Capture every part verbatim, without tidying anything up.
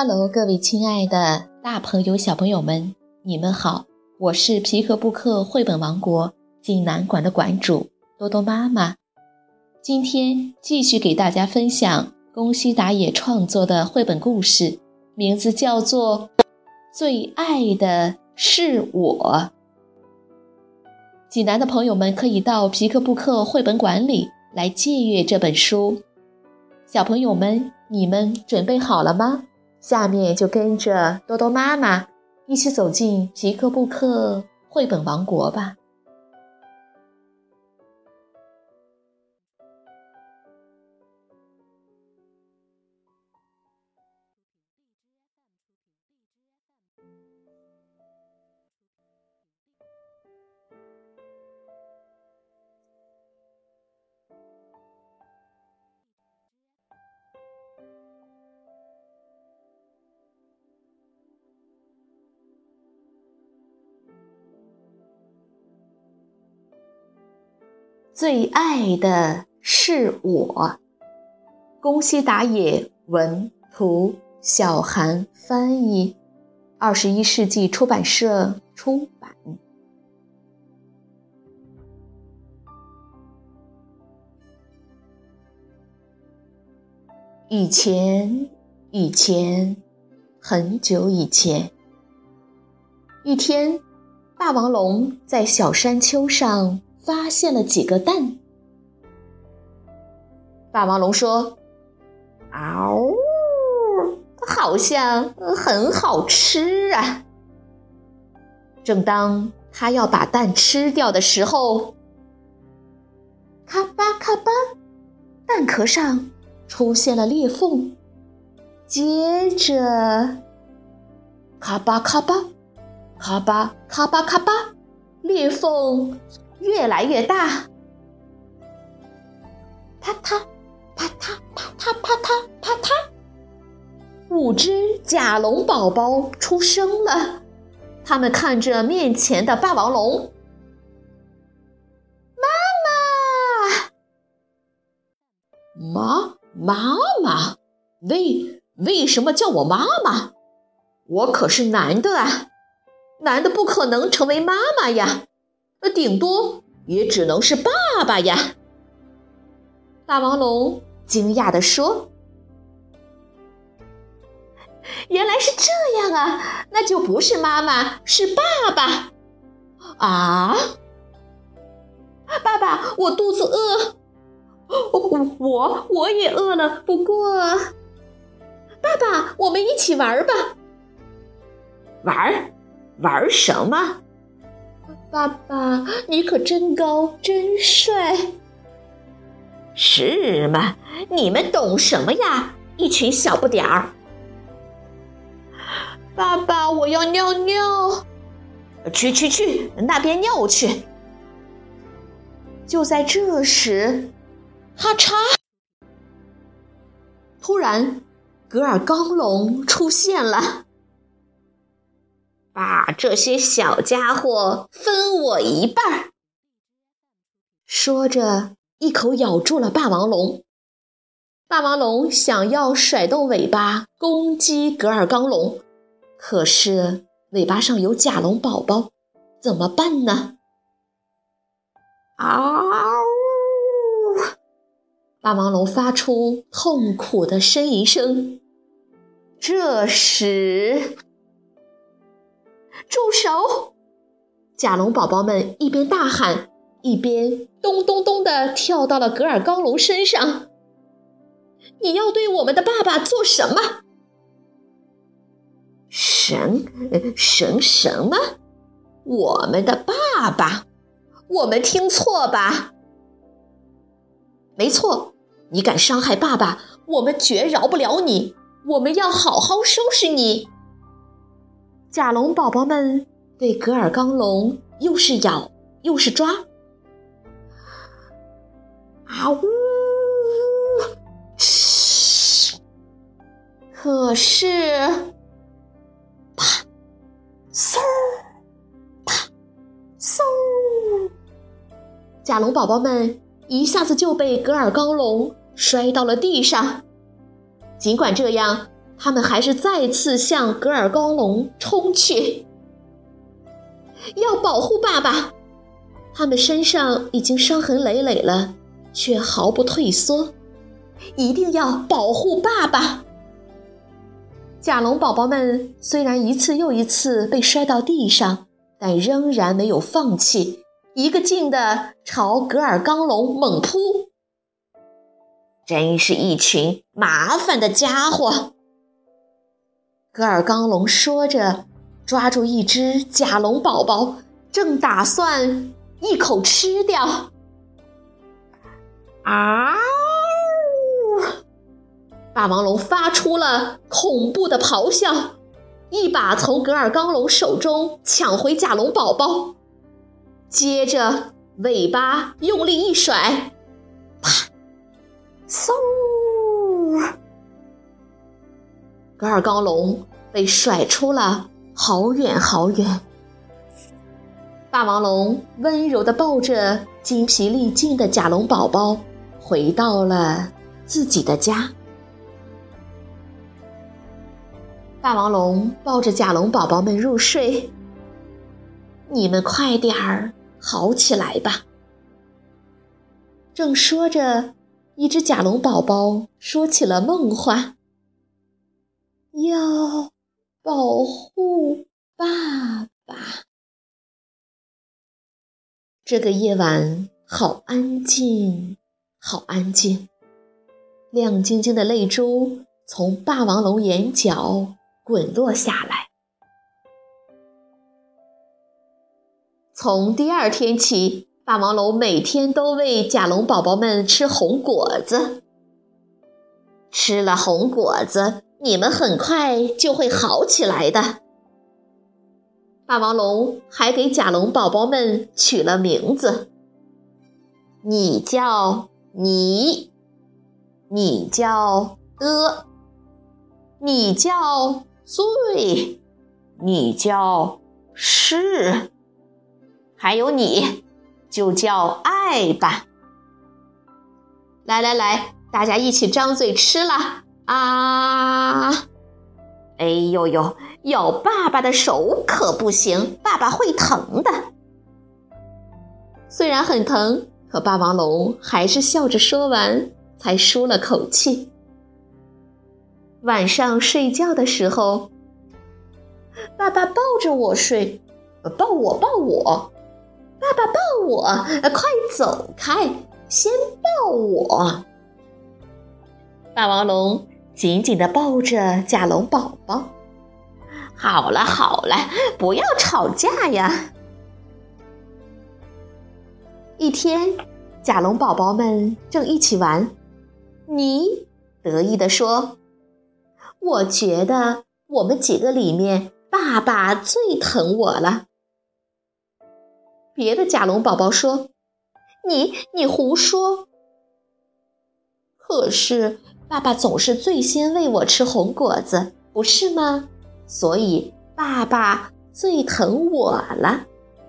Hello， 各位亲爱的大朋友小朋友们，你们好，我是皮克布克绘本王国济南馆的馆主多多妈妈。今天继续给大家分享宫西达也创作的绘本故事，名字叫做《最爱的是我》。济南的朋友们可以到皮克布克绘本馆里来借阅这本书。小朋友们，你们准备好了吗？下面就跟着多多妈妈一起走进皮克布克绘本王国吧。最爱的是我，宫西达也文，图，小韩翻译，二十一世纪出版社出版。以前，以前，很久以前，一天，霸王龙在小山丘上发现了几个蛋。霸王龙说：嗷，好像很好吃啊。正当他要把蛋吃掉的时候，咔吧咔吧，蛋壳上出现了裂缝，接着咔吧咔吧，咔吧咔吧咔吧，裂缝越来越大，啪嗒啪嗒啪嗒啪嗒啪嗒，五只甲龙宝宝出生了。他们看着面前的霸王龙，妈妈，妈妈妈，为为什么叫我妈妈？我可是男的啊，男的不可能成为妈妈呀，顶多也只能是爸爸呀。霸王龙惊讶地说：原来是这样啊，那就不是妈妈，是爸爸。啊，爸爸，我肚子饿。我我我也饿了，不过爸爸，我们一起玩吧。玩玩什么？爸爸，你可真高，真帅。是吗？你们懂什么呀？一群小不点儿。爸爸，我要尿尿。去去去，那边尿去。就在这时，咔嚓！突然，格尔刚龙出现了。把这些小家伙分我一半。说着，一口咬住了霸王龙。霸王龙想要甩动尾巴攻击格尔刚龙，可是尾巴上有甲龙宝宝，怎么办呢？嗷！霸王龙发出痛苦的呻吟声。这时，住手！甲龙宝宝们一边大喊，一边咚咚咚地跳到了格尔刚龙身上。你要对我们的爸爸做什么？什什什么？我们的爸爸？我们听错吧？没错，你敢伤害爸爸，我们绝饶不了你，我们要好好收拾你。甲龙宝宝们对格尔刚龙又是咬又是抓。啊呜！嘘！可是，啪！嗖！啪！嗖！甲龙宝宝们一下子就被格尔刚龙摔到了地上。尽管这样， 他们还是再次向格尔高龙冲去，要保护爸爸。他们身上已经伤痕累累了，却毫不退缩，一定要保护爸爸。甲龙宝宝们虽然一次又一次被摔到地上，但仍然没有放弃，一个劲地朝格尔刚龙猛扑。真是一群麻烦的家伙！格尔刚龙说着，抓住一只甲龙宝宝，正打算一口吃掉。啊！霸王龙发出了恐怖的咆哮，一把从格尔刚龙手中抢回甲龙宝宝，接着尾巴用力一甩，啪！嗖！格尔刚龙被甩出了好远好远。霸王龙温柔地抱着精疲力尽的甲龙宝宝，回到了自己的家。霸王龙抱着甲龙宝宝们入睡，你们快点儿好起来吧。正说着，一只甲龙宝宝说起了梦话，要保护爸爸。这个夜晚好安静，好安静，亮晶晶的泪珠从霸王龙眼角滚落下来。从第二天起，霸王龙每天都喂甲龙宝宝们吃红果子。吃了红果子，你们很快就会好起来的。霸王龙还给甲龙宝宝们取了名字，你叫你，你叫的，你叫最，你叫是，还有你就叫爱吧。来来来，大家一起张嘴吃了啊！哎呦呦，咬爸爸的手可不行，爸爸会疼的。虽然很疼，可霸王龙还是笑着说完，才舒了口气。晚上睡觉的时候，爸爸抱着我睡，抱我抱我，爸爸抱我，快走开，先抱我。霸王龙紧紧地抱着甲龙宝宝。好了好了，不要吵架呀。一天，甲龙宝宝们正一起玩，你得意地说，我觉得我们几个里面爸爸最疼我了。别的甲龙宝宝说，你你胡说。可是爸爸总是最先喂我吃红果子，不是吗？所以爸爸最疼我了。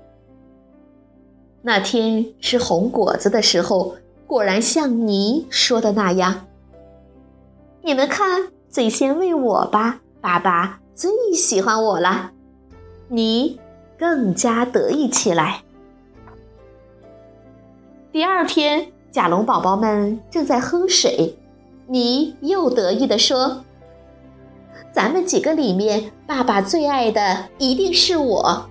那天吃红果子的时候，果然像你说的那样。你们看，最先喂我吧，爸爸最喜欢我了。你更加得意起来。第二天，甲龙宝宝们正在喝水，你又得意地说，咱们几个里面，爸爸最爱的一定是我。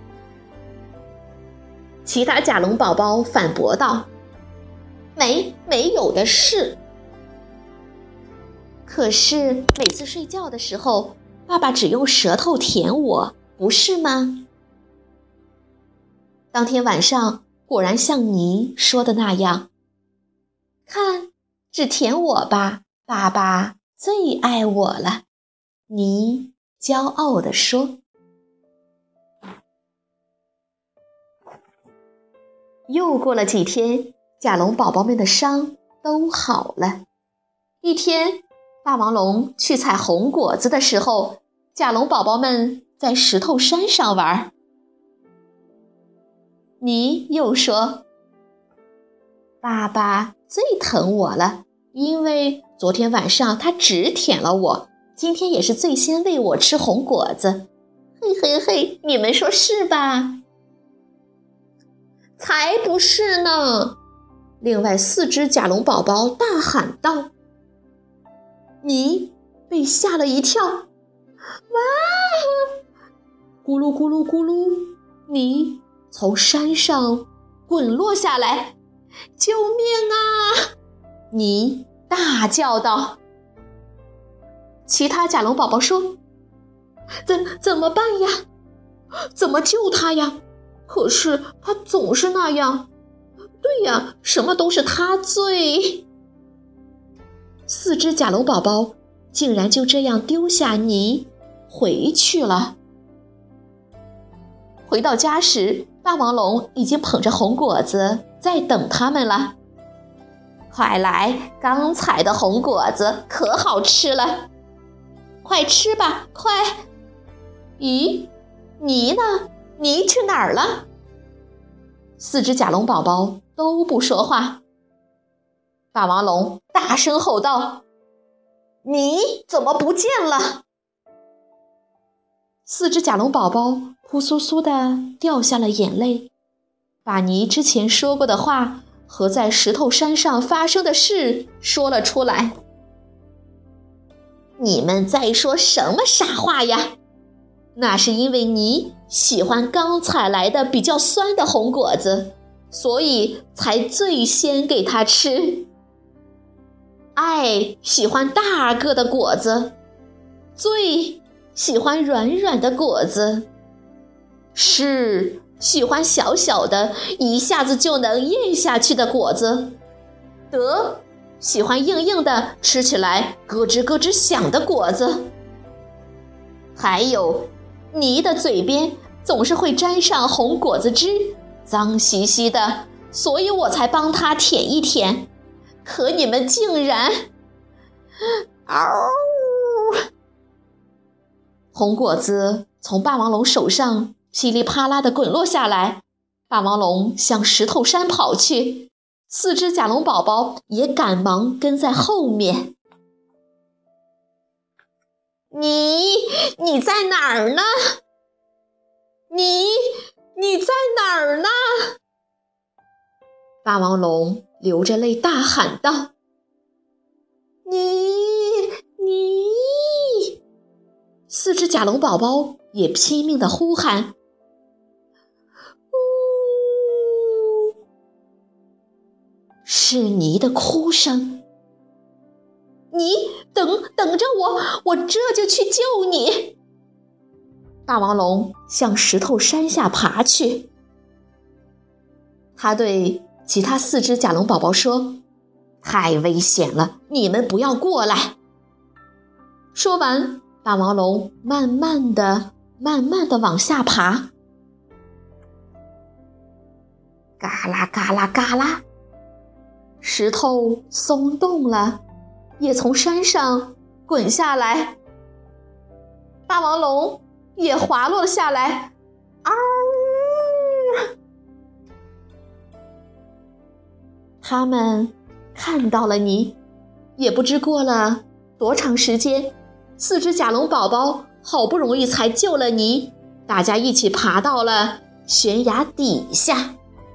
其他甲龙宝宝反驳道，没没有的事。可是每次睡觉的时候，爸爸只用舌头舔我，不是吗？当天晚上，果然像你说的那样，看，只舔我吧，爸爸最爱我了。你骄傲地说。又过了几天，甲龙宝宝们的伤都好了。一天，霸王龙去采红果子的时候，甲龙宝宝们在石头山上玩。你又说，爸爸最疼我了，因为昨天晚上他只舔了我， 今天也是最先喂我吃红果子，嘿嘿嘿，你们说是吧？才不是呢！另外四只甲龙宝宝大喊道。你被吓了一跳，哇！咕噜咕噜咕噜，你从山上滚落下来，救命啊！你大叫道。其他甲龙宝宝说，怎怎么办呀？怎么救他呀？可是他总是那样。对呀，什么都是他最……四只甲龙宝宝竟然就这样丢下你回去了。回到家时，霸王龙已经捧着红果子在等他们了。快来，刚采的红果子可好吃了，快吃吧，快！咦，你呢？你去哪儿了？四只甲龙宝宝都不说话。霸王龙大声吼道：你怎么不见了？四只甲龙宝宝扑簌簌地掉下了眼泪，把尼之前说过的话和在石头山上发生的事说了出来。你们在说什么傻话呀？那是因为你喜欢刚采来的比较酸的红果子，所以才最先给它吃。爱喜欢大个的果子，最喜欢软软的果子，是喜欢小小的一下子就能咽下去的果子，得喜欢硬硬的吃起来咯吱咯吱响的果子，还有你的嘴边总是会沾上红果子汁，脏兮兮的，所以我才帮它舔一舔。可你们竟然……嗷！红果子从霸王龙手上噼里啪啦地滚落下来，霸王龙向石头山跑去，四只甲龙宝宝也赶忙跟在后面。你你在哪儿呢？你你在哪儿呢？霸王龙流着泪大喊道：你你！四只甲龙宝宝也拼命地呼喊。呜！是你的哭声。你等等着我，我这就去救你。霸王龙向石头山下爬去。他对其他四只甲龙宝宝说：太危险了，你们不要过来。说完，霸王龙慢慢地慢慢地往下爬。嘎啦嘎啦嘎啦，石头松动了，也从山上滚下来。霸王龙也滑落了下来。嗷！他们看到了你，也不知过了多长时间，四只甲龙宝宝好不容易才救了你，大家一起爬到了悬崖底下。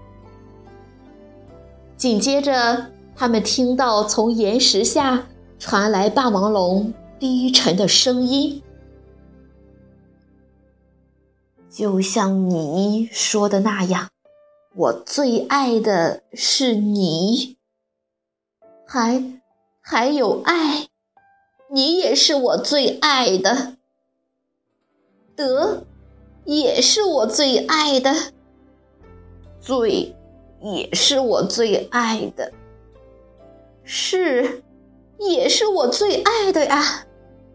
紧接着，他们听到从岩石下传来霸王龙低沉的声音：就像你说的那样，我最爱的是你，还还有爱，你也是我最爱的，得也是我最爱的，罪也是我最爱的，是也是我最爱的啊！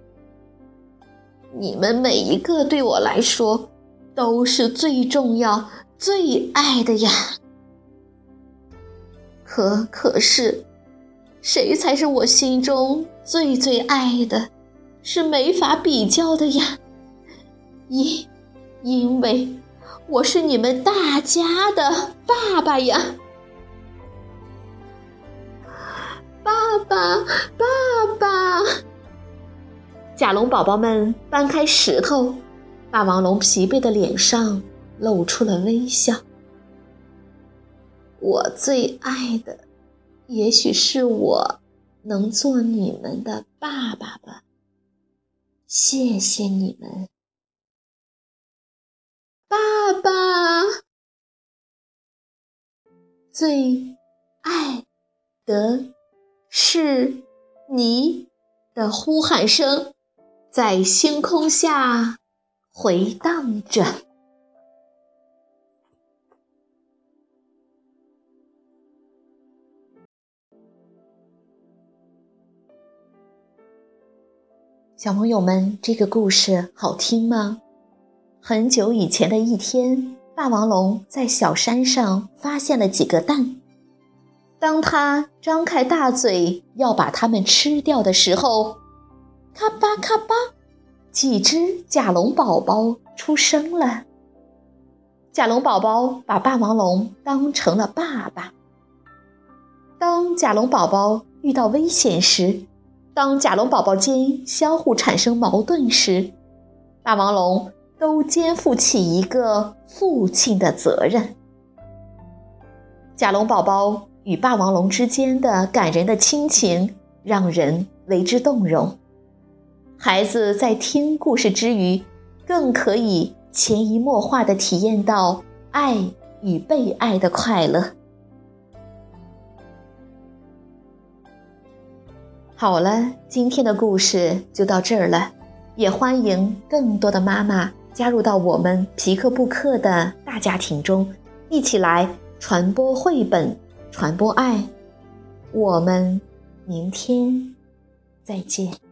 你们每一个对我来说都是最重要最爱的呀。可可是谁才是我心中最最爱的，是没法比较的呀。因因为我是你们大家的爸爸呀。爸爸爸爸， 甲龙宝宝们搬开石头，霸王龙疲惫的脸上露出了微笑。我最爱的，也许是我能做你们的爸爸吧。谢谢你们，爸爸。最爱的是你的呼喊声在星空下回荡着。小朋友们，这个故事好听吗？很久以前的一天，霸王龙在小山上发现了几个蛋。当他张开大嘴要把它们吃掉的时候，咔吧咔吧，几只甲龙宝宝出生了。甲龙宝宝把霸王龙当成了爸爸。当甲龙宝宝遇到危险时，当甲龙宝宝间相互产生矛盾时，霸王龙都肩负起一个父亲的责任。甲龙宝宝与霸王龙之间的感人的亲情让人为之动容。孩子在听故事之余，更可以潜移默化地体验到爱与被爱的快乐。好了，今天的故事就到这儿了，也欢迎更多的妈妈加入到我们皮克布克的大家庭中，一起来传播绘本，传播爱。我们明天再见。